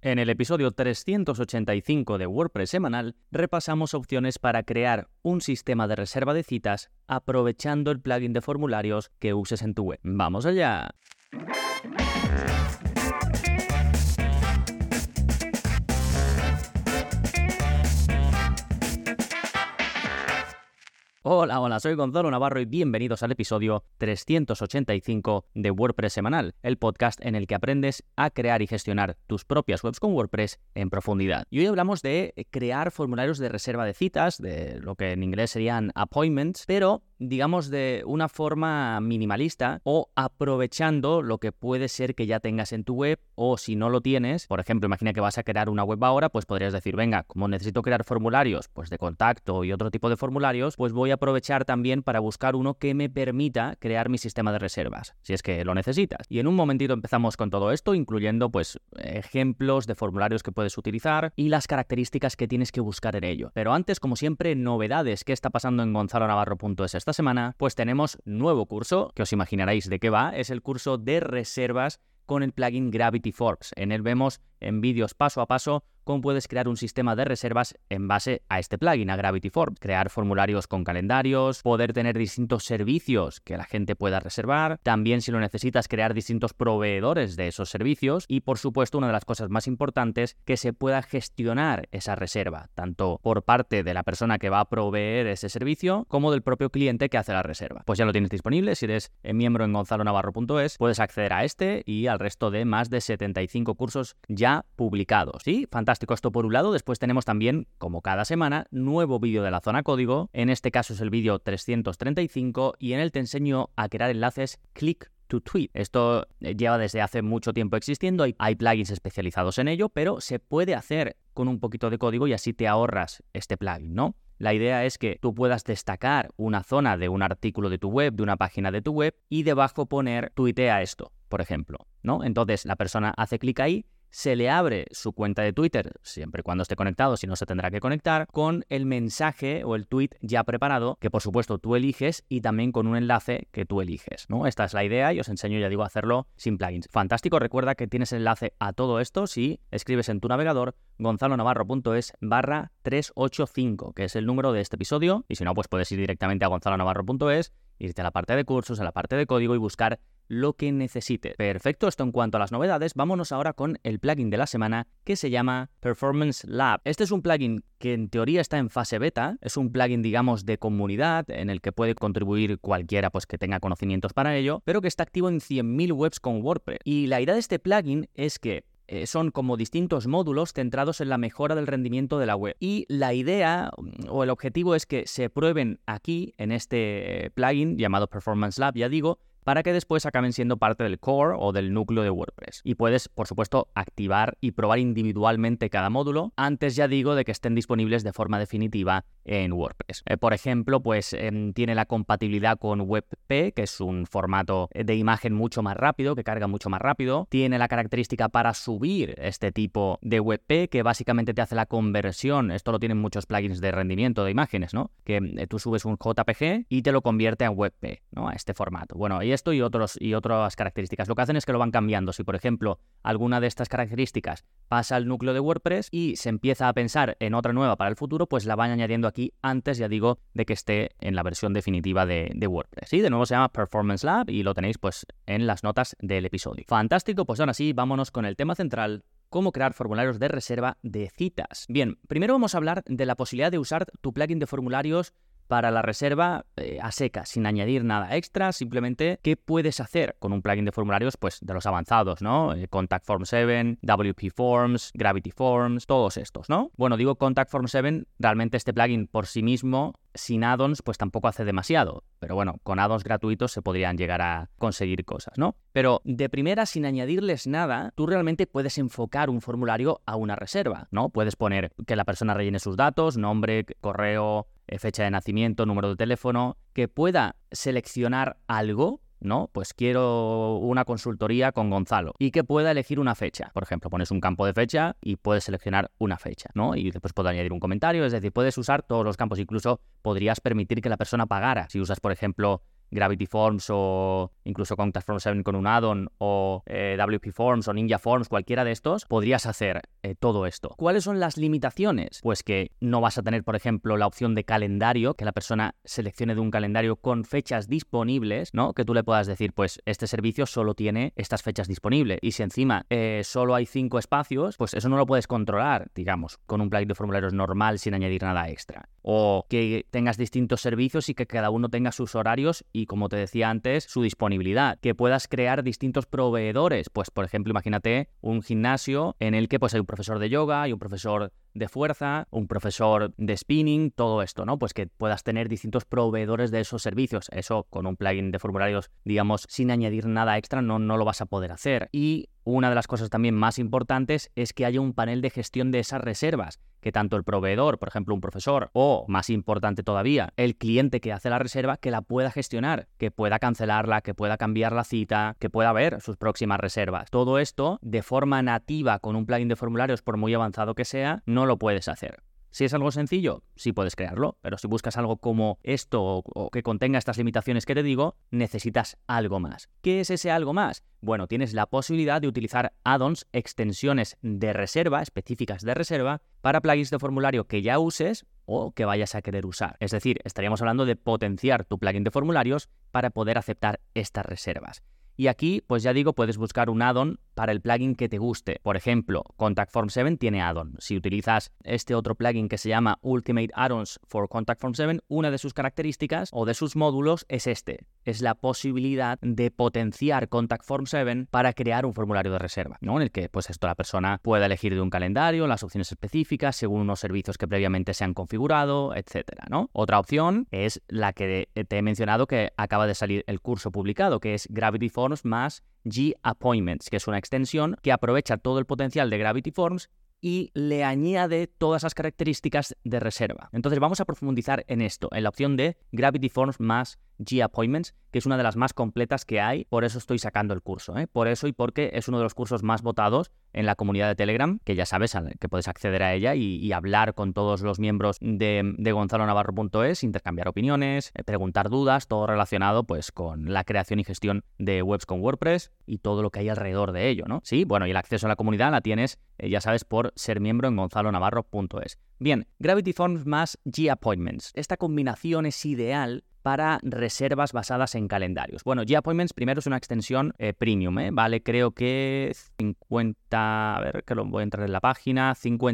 En el episodio 385 de WordPress semanal, repasamos opciones para crear un sistema de reserva de citas aprovechando el plugin de formularios que uses en tu web. ¡Vamos allá! Hola, soy Gonzalo Navarro y bienvenidos al episodio 385 de WordPress semanal, el podcast en el que aprendes a crear y gestionar tus propias webs con WordPress en profundidad. Y hoy hablamos de crear formularios de reserva de citas, de lo que en inglés serían appointments, pero digamos de una forma minimalista o aprovechando lo que puede ser que ya tengas en tu web, o si no lo tienes, por ejemplo, imagina que vas a crear una web ahora, pues podrías decir, venga, como necesito crear formularios pues de contacto y otro tipo de formularios, pues voy a aprovechar también para buscar uno que me permita crear mi sistema de reservas, si es que lo necesitas. Y en un momentito empezamos con todo esto, incluyendo pues ejemplos de formularios que puedes utilizar y las características que tienes que buscar en ello. Pero antes, como siempre, novedades. ¿Qué está pasando en gonzalonavarro.es esta semana? Pues tenemos nuevo curso, que os imaginaréis de qué va. Es el curso de reservas con el plugin Gravity Forms. En él vemos en vídeos paso a paso cómo puedes crear un sistema de reservas en base a este plugin, a Gravity Forms. Crear formularios con calendarios, poder tener distintos servicios que la gente pueda reservar, también si lo necesitas crear distintos proveedores de esos servicios y por supuesto una de las cosas más importantes, que se pueda gestionar esa reserva, tanto por parte de la persona que va a proveer ese servicio como del propio cliente que hace la reserva. Pues ya lo tienes disponible, si eres miembro en gonzalonavarro.es puedes acceder a este y al resto de más de 75 cursos ya publicados. ¿Sí? Fantástico. Esto por un lado. Después tenemos también, como cada semana, nuevo vídeo de la zona código. En este caso es el vídeo 335 y en él te enseño a crear enlaces click to tweet. Esto lleva desde hace mucho tiempo existiendo, hay plugins especializados en ello, pero se puede hacer con un poquito de código y así te ahorras este plugin, ¿no? La idea es que tú puedas destacar una zona de un artículo de tu web, de una página de tu web, y debajo poner tuitea esto, por ejemplo, ¿no? Entonces la persona hace clic ahí, se le abre su cuenta de Twitter, siempre y cuando esté conectado, si no se tendrá que conectar, con el mensaje o el tweet ya preparado, que por supuesto tú eliges, y también con un enlace que tú eliges, ¿no? Esta es la idea y os enseño, ya digo, a hacerlo sin plugins. Fantástico, recuerda que tienes enlace a todo esto si escribes en tu navegador gonzalonavarro.es/385, que es el número de este episodio, y si no, pues puedes ir directamente a gonzalonavarro.es, irte a la parte de cursos, a la parte de código y buscar lo que necesites. Perfecto, esto en cuanto a las novedades. Vámonos ahora con el plugin de la semana que se llama Performance Lab. Este es un plugin que en teoría está en fase beta, es un plugin, digamos, de comunidad en el que puede contribuir cualquiera pues que tenga conocimientos para ello, pero que está activo en 100.000 webs con WordPress. Y la idea de este plugin es que son como distintos módulos centrados en la mejora del rendimiento de la web. Y la idea o el objetivo es que se prueben aquí en este plugin llamado Performance Lab, ya digo, para que después acaben siendo parte del core o del núcleo de WordPress. Y puedes, por supuesto, activar y probar individualmente cada módulo antes, ya digo, de que estén disponibles de forma definitiva en WordPress. Por ejemplo, pues tiene la compatibilidad con WebP, que es un formato de imagen mucho más rápido, que carga mucho más rápido. Tiene la característica para subir este tipo de WebP, que básicamente te hace la conversión. Esto lo tienen muchos plugins de rendimiento de imágenes, ¿no? Que tú subes un JPG y te lo convierte a WebP, ¿no? A este formato. Bueno, y esto y otras características. Lo que hacen es que lo van cambiando. Si, por ejemplo, alguna de estas características pasa al núcleo de WordPress y se empieza a pensar en otra nueva para el futuro, pues la van añadiendo aquí antes, ya digo, de que esté en la versión definitiva de WordPress. Sí, de nuevo se llama Performance Lab y lo tenéis pues en las notas del episodio. Fantástico, pues ahora sí, vámonos con el tema central: cómo crear formularios de reserva de citas. Bien, primero vamos a hablar de la posibilidad de usar tu plugin de formularios para la reserva a secas, sin añadir nada extra, simplemente qué puedes hacer con un plugin de formularios pues de los avanzados, ¿no? Contact Form 7, WP Forms, Gravity Forms, todos estos, ¿no? Bueno, digo Contact Form 7, realmente este plugin por sí mismo, sin add-ons, pues tampoco hace demasiado, pero bueno, con add-ons gratuitos se podrían llegar a conseguir cosas, ¿no? Pero de primera, sin añadirles nada, tú realmente puedes enfocar un formulario a una reserva, ¿no? Puedes poner que la persona rellene sus datos, nombre, correo, fecha de nacimiento, número de teléfono, que pueda seleccionar algo, ¿no? Pues quiero una consultoría con Gonzalo y que pueda elegir una fecha. Por ejemplo, pones un campo de fecha y puedes seleccionar una fecha, ¿no? Y después puedo añadir un comentario, es decir, puedes usar todos los campos. Incluso podrías permitir que la persona pagara. Si usas, por ejemplo, Gravity Forms o incluso Contact Form 7 con un add-on o WP Forms o Ninja Forms, cualquiera de estos, podrías hacer todo esto. ¿Cuáles son las limitaciones? Pues que no vas a tener, por ejemplo, la opción de calendario, que la persona seleccione de un calendario con fechas disponibles, ¿no? Que tú le puedas decir, pues este servicio solo tiene estas fechas disponibles. Y si encima solo hay 5 espacios, pues eso no lo puedes controlar, digamos, con un plugin de formularios normal sin añadir nada extra. O que tengas distintos servicios y que cada uno tenga sus horarios y, como te decía antes, su disponibilidad. Que puedas crear distintos proveedores. Pues, por ejemplo, imagínate un gimnasio en el que pues hay un profesor de yoga, hay un profesor de fuerza, un profesor de spinning, todo esto, ¿no? Pues que puedas tener distintos proveedores de esos servicios. Eso con un plugin de formularios, digamos, sin añadir nada extra, no lo vas a poder hacer. Y una de las cosas también más importantes es que haya un panel de gestión de esas reservas, que tanto el proveedor, por ejemplo un profesor, o más importante todavía, el cliente que hace la reserva, que la pueda gestionar, que pueda cancelarla, que pueda cambiar la cita, que pueda ver sus próximas reservas. Todo esto de forma nativa con un plugin de formularios, por muy avanzado que sea, no lo puedes hacer. Si es algo sencillo, sí puedes crearlo, pero si buscas algo como esto o que contenga estas limitaciones que te digo, necesitas algo más. ¿Qué es ese algo más? Bueno, tienes la posibilidad de utilizar add-ons, extensiones de reserva, específicas de reserva, para plugins de formulario que ya uses o que vayas a querer usar. Es decir, estaríamos hablando de potenciar tu plugin de formularios para poder aceptar estas reservas. Y aquí, pues ya digo, puedes buscar un add-on para el plugin que te guste. Por ejemplo, Contact Form 7 tiene add-on. Si utilizas este otro plugin que se llama Ultimate Add-ons for Contact Form 7, una de sus características o de sus módulos es este. Es la posibilidad de potenciar Contact Form 7 para crear un formulario de reserva, ¿no? En el que, pues esto, la persona pueda elegir de un calendario, las opciones específicas, según unos servicios que previamente se han configurado, etcétera, ¿no? Otra opción es la que te he mencionado, que acaba de salir el curso publicado, que es Gravity Forms más G-Appointments, que es una extensión que aprovecha todo el potencial de Gravity Forms y le añade todas esas características de reserva. Entonces vamos a profundizar en esto, en la opción de Gravity Forms más G-Appointments, que es una de las más completas que hay, por eso estoy sacando el curso, ¿eh? Por eso y porque es uno de los cursos más votados en la comunidad de Telegram, que ya sabes que puedes acceder a ella y hablar con todos los miembros de gonzalonavarro.es, intercambiar opiniones, preguntar dudas, todo relacionado pues con la creación y gestión de webs con WordPress y todo lo que hay alrededor de ello, ¿no? Sí, bueno, y el acceso a la comunidad la tienes, ya sabes, por ser miembro en gonzalonavarro.es. Bien, Gravity Forms más G-Appointments. Esta combinación es ideal para reservas basadas en calendarios. Bueno, G-Appointments primero es una extensión premium, vale, creo que 50, a ver, que lo voy a entrar en la página,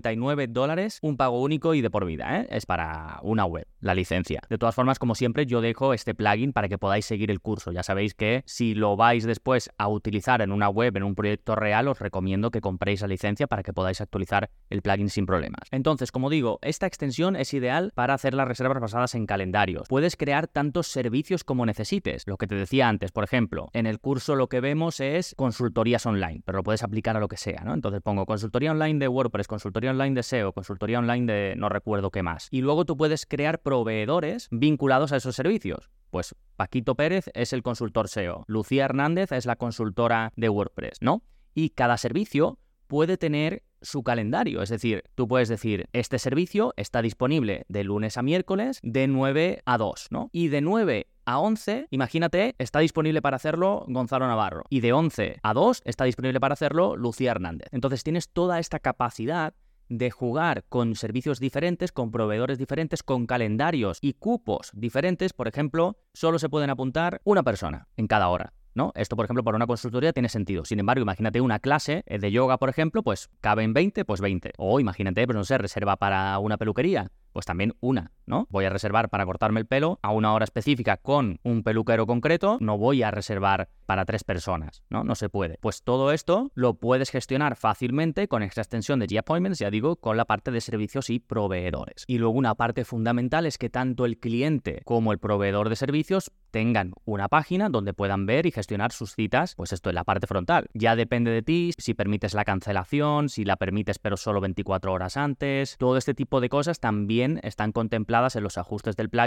$59, un pago único y de por vida, es para una web, la licencia. De todas formas, como siempre, yo dejo este plugin para que podáis seguir el curso. Ya sabéis que si lo vais después a utilizar en una web, en un proyecto real, os recomiendo que compréis la licencia para que podáis actualizar el plugin sin problemas. Entonces, como digo, esta extensión es ideal para hacer las reservas basadas en calendarios. Puedes crear tantos servicios como necesites. Lo que te decía antes, por ejemplo, en el curso lo que vemos es consultorías online, pero lo puedes aplicar a lo que sea, ¿no? Entonces pongo consultoría online de WordPress, consultoría online de SEO, consultoría online de no recuerdo qué más. Y luego tú puedes crear proveedores vinculados a esos servicios. Pues Paquito Pérez es el consultor SEO, Lucía Hernández es la consultora de WordPress, ¿no? Y cada servicio puede tener su calendario, es decir, tú puedes decir, este servicio está disponible de lunes a miércoles de 9 a 2, ¿no? Y de 9 a 11, imagínate, está disponible para hacerlo Gonzalo Navarro. Y de 11 a 2 está disponible para hacerlo Lucía Hernández. Entonces tienes toda esta capacidad de jugar con servicios diferentes, con proveedores diferentes, con calendarios y cupos diferentes. Por ejemplo, solo se pueden apuntar una persona en cada hora, ¿no? Esto, por ejemplo, para una consultoría tiene sentido. Sin embargo, imagínate una clase de yoga, por ejemplo, pues caben 20, pues 20. O imagínate, pues no sé, reserva para una peluquería, pues también una, ¿no? Voy a reservar para cortarme el pelo a una hora específica con un peluquero concreto, no voy a reservar para 3 personas, ¿no? No se puede. Pues todo esto lo puedes gestionar fácilmente con esta extensión de G-Appointments, ya digo, con la parte de servicios y proveedores. Y luego una parte fundamental es que tanto el cliente como el proveedor de servicios tengan una página donde puedan ver y gestionar sus citas, pues esto en la parte frontal. Ya depende de ti si permites la cancelación, si la permites pero solo 24 horas antes. Todo este tipo de cosas también están contempladas en los ajustes del plugin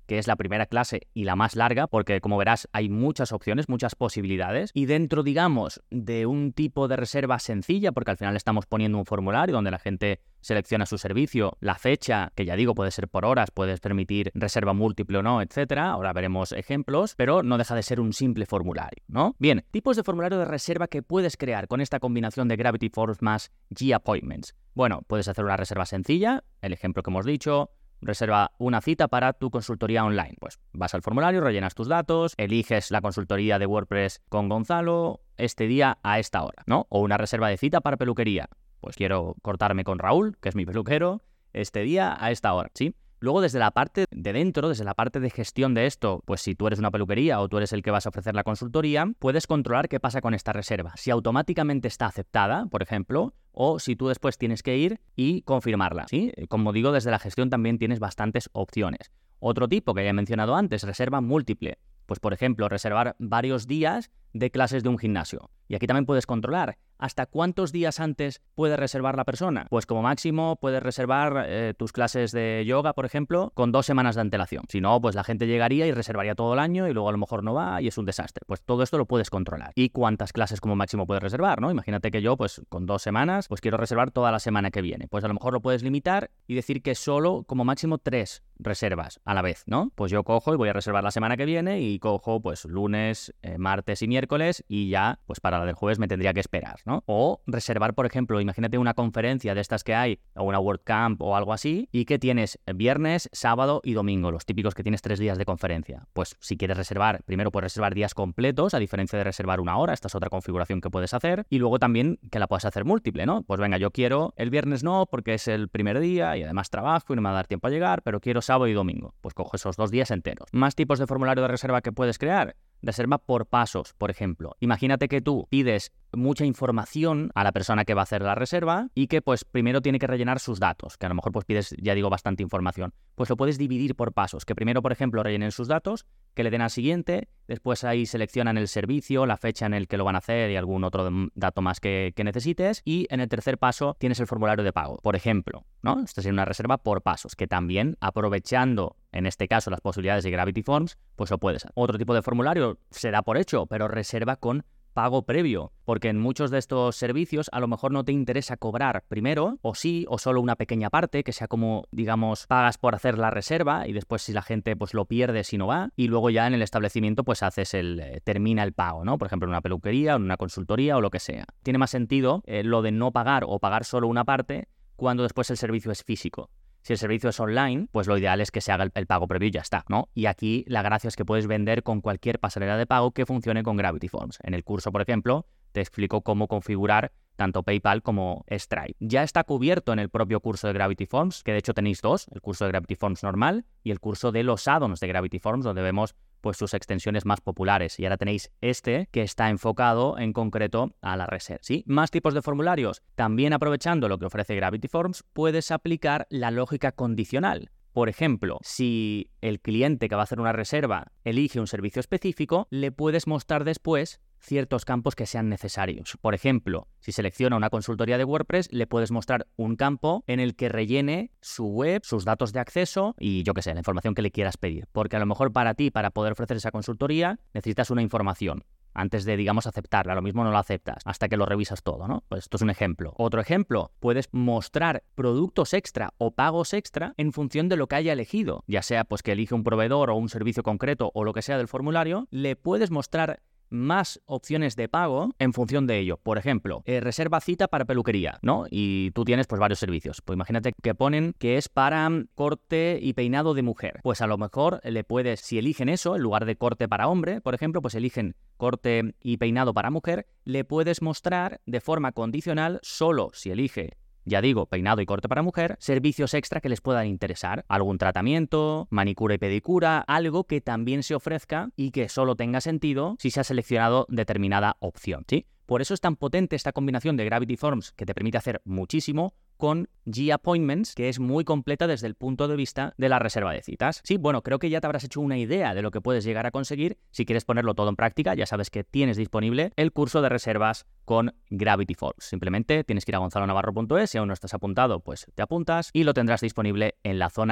que es la primera clase y la más larga, porque como verás hay muchas opciones, muchas posibilidades, y dentro, digamos, de un tipo de reserva sencilla, porque al final estamos poniendo un formulario donde la gente selecciona su servicio, la fecha, que ya digo, puede ser por horas, puedes permitir reserva múltiple o no, etcétera. Ahora veremos ejemplos, pero no deja de ser un simple formulario, ¿no? Bien, tipos de formulario de reserva que puedes crear con esta combinación de Gravity Forms más G-Appointments. Bueno, puedes hacer una reserva sencilla, el ejemplo que hemos dicho. Reserva una cita para tu consultoría online. Pues vas al formulario, rellenas tus datos, eliges la consultoría de WordPress con Gonzalo este día a esta hora, ¿no? O una reserva de cita para peluquería. Pues quiero cortarme con Raúl, que es mi peluquero, este día a esta hora, ¿sí? Luego, desde la parte de dentro, desde la parte de gestión de esto, pues si tú eres una peluquería o tú eres el que vas a ofrecer la consultoría, puedes controlar qué pasa con esta reserva. Si automáticamente está aceptada, por ejemplo, o si tú después tienes que ir y confirmarla, ¿sí? Como digo, desde la gestión también tienes bastantes opciones. Otro tipo que ya he mencionado antes, reserva múltiple. Pues, por ejemplo, reservar varios días de clases de un gimnasio. Y aquí también puedes controlar hasta cuántos días antes puede reservar la persona. Pues como máximo puedes reservar tus clases de yoga, por ejemplo, con 2 semanas de antelación. Si no, pues la gente llegaría y reservaría todo el año y luego a lo mejor no va y es un desastre. Pues todo esto lo puedes controlar. ¿Y cuántas clases como máximo puedes reservar, no? Imagínate que yo, pues con 2 semanas, pues quiero reservar toda la semana que viene. Pues a lo mejor lo puedes limitar y decir que solo como máximo 3 reservas a la vez, ¿no? Pues yo cojo y voy a reservar la semana que viene y cojo pues lunes, martes y miércoles y ya, pues para la del jueves me tendría que esperar, ¿no? O reservar, por ejemplo, imagínate una conferencia de estas que hay, o una WordCamp o algo así, y que tienes viernes, sábado y domingo, los típicos que tienes 3 días de conferencia. Pues si quieres reservar, primero puedes reservar días completos, a diferencia de reservar una hora, esta es otra configuración que puedes hacer, y luego también que la puedas hacer múltiple, ¿no? Pues venga, yo quiero el viernes no, porque es el primer día y además trabajo y no me va a dar tiempo a llegar, pero quiero sábado y domingo. Pues cojo esos 2 días enteros. Más tipos de formulario de reserva que puedes crear. Reserva por pasos, por ejemplo. Imagínate que tú pides mucha información a la persona que va a hacer la reserva y que pues primero tiene que rellenar sus datos, que a lo mejor pues pides, ya digo, bastante información. Pues lo puedes dividir por pasos, que primero, por ejemplo, rellenen sus datos, que le den al siguiente, después ahí seleccionan el servicio, la fecha en el que lo van a hacer y algún otro dato más que necesites, y en el tercer paso tienes el formulario de pago, por ejemplo, ¿no? Esta es una reserva por pasos, que también aprovechando en este caso las posibilidades de Gravity Forms, pues lo puedes hacer. Otro tipo de formulario se da por hecho, pero reserva con pago previo, porque en muchos de estos servicios a lo mejor no te interesa cobrar primero, o sí, o solo una pequeña parte, que sea como, digamos, pagas por hacer la reserva y después si la gente pues lo pierde si no va, y luego ya en el establecimiento pues haces termina el pago, ¿no? Por ejemplo, en una peluquería, en una consultoría o lo que sea. Tiene más sentido lo de no pagar o pagar solo una parte cuando después el servicio es físico. Si el servicio es online, pues lo ideal es que se haga el pago previo y ya está, ¿no? Y aquí la gracia es que puedes vender con cualquier pasarela de pago que funcione con Gravity Forms. En el curso, por ejemplo, te explico cómo configurar tanto PayPal como Stripe. Ya está cubierto en el propio curso de Gravity Forms, que de hecho tenéis 2, el curso de Gravity Forms normal y el curso de los add-ons de Gravity Forms, donde vemos pues sus extensiones más populares. Y ahora tenéis este que está enfocado en concreto a la reserva, ¿sí? Más tipos de formularios. También aprovechando lo que ofrece Gravity Forms, puedes aplicar la lógica condicional. Por ejemplo, si el cliente que va a hacer una reserva elige un servicio específico, le puedes mostrar después ciertos campos que sean necesarios. Por ejemplo, si selecciona una consultoría de WordPress, le puedes mostrar un campo en el que rellene su web, sus datos de acceso y yo qué sé, la información que le quieras pedir. Porque a lo mejor para ti, para poder ofrecer esa consultoría, necesitas una información antes de, digamos, aceptarla. Lo mismo no lo aceptas hasta que lo revisas todo, ¿no? Pues esto es un ejemplo. Otro ejemplo, puedes mostrar productos extra o pagos extra en función de lo que haya elegido. Ya sea pues que elige un proveedor o un servicio concreto o lo que sea del formulario, le puedes mostrar más opciones de pago en función de ello. Por ejemplo, reserva cita para peluquería, ¿no? Y tú tienes pues varios servicios. Pues imagínate que ponen que es para corte y peinado de mujer. Pues a lo mejor le puedes, si eligen eso, en lugar de corte para hombre, por ejemplo, pues eligen corte y peinado para mujer, le puedes mostrar de forma condicional solo si elige, ya digo, peinado y corte para mujer, servicios extra que les puedan interesar. Algún tratamiento, manicura y pedicura, algo que también se ofrezca y que solo tenga sentido si se ha seleccionado determinada opción, ¿sí? Por eso es tan potente esta combinación de Gravity Forms que te permite hacer muchísimo con G-Appointments, que es muy completa desde el punto de vista de la reserva de citas. Sí, bueno, creo que ya te habrás hecho una idea de lo que puedes llegar a conseguir. Si quieres ponerlo todo en práctica, ya sabes que tienes disponible el curso de reservas con Gravity Forms. Simplemente tienes que ir a gonzalonavarro.es, si aún no estás apuntado, pues te apuntas y lo tendrás disponible en la zona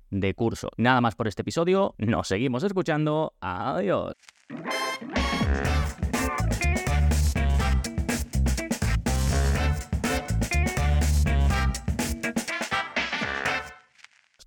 de curso. Nada más por este episodio, nos seguimos escuchando, adiós.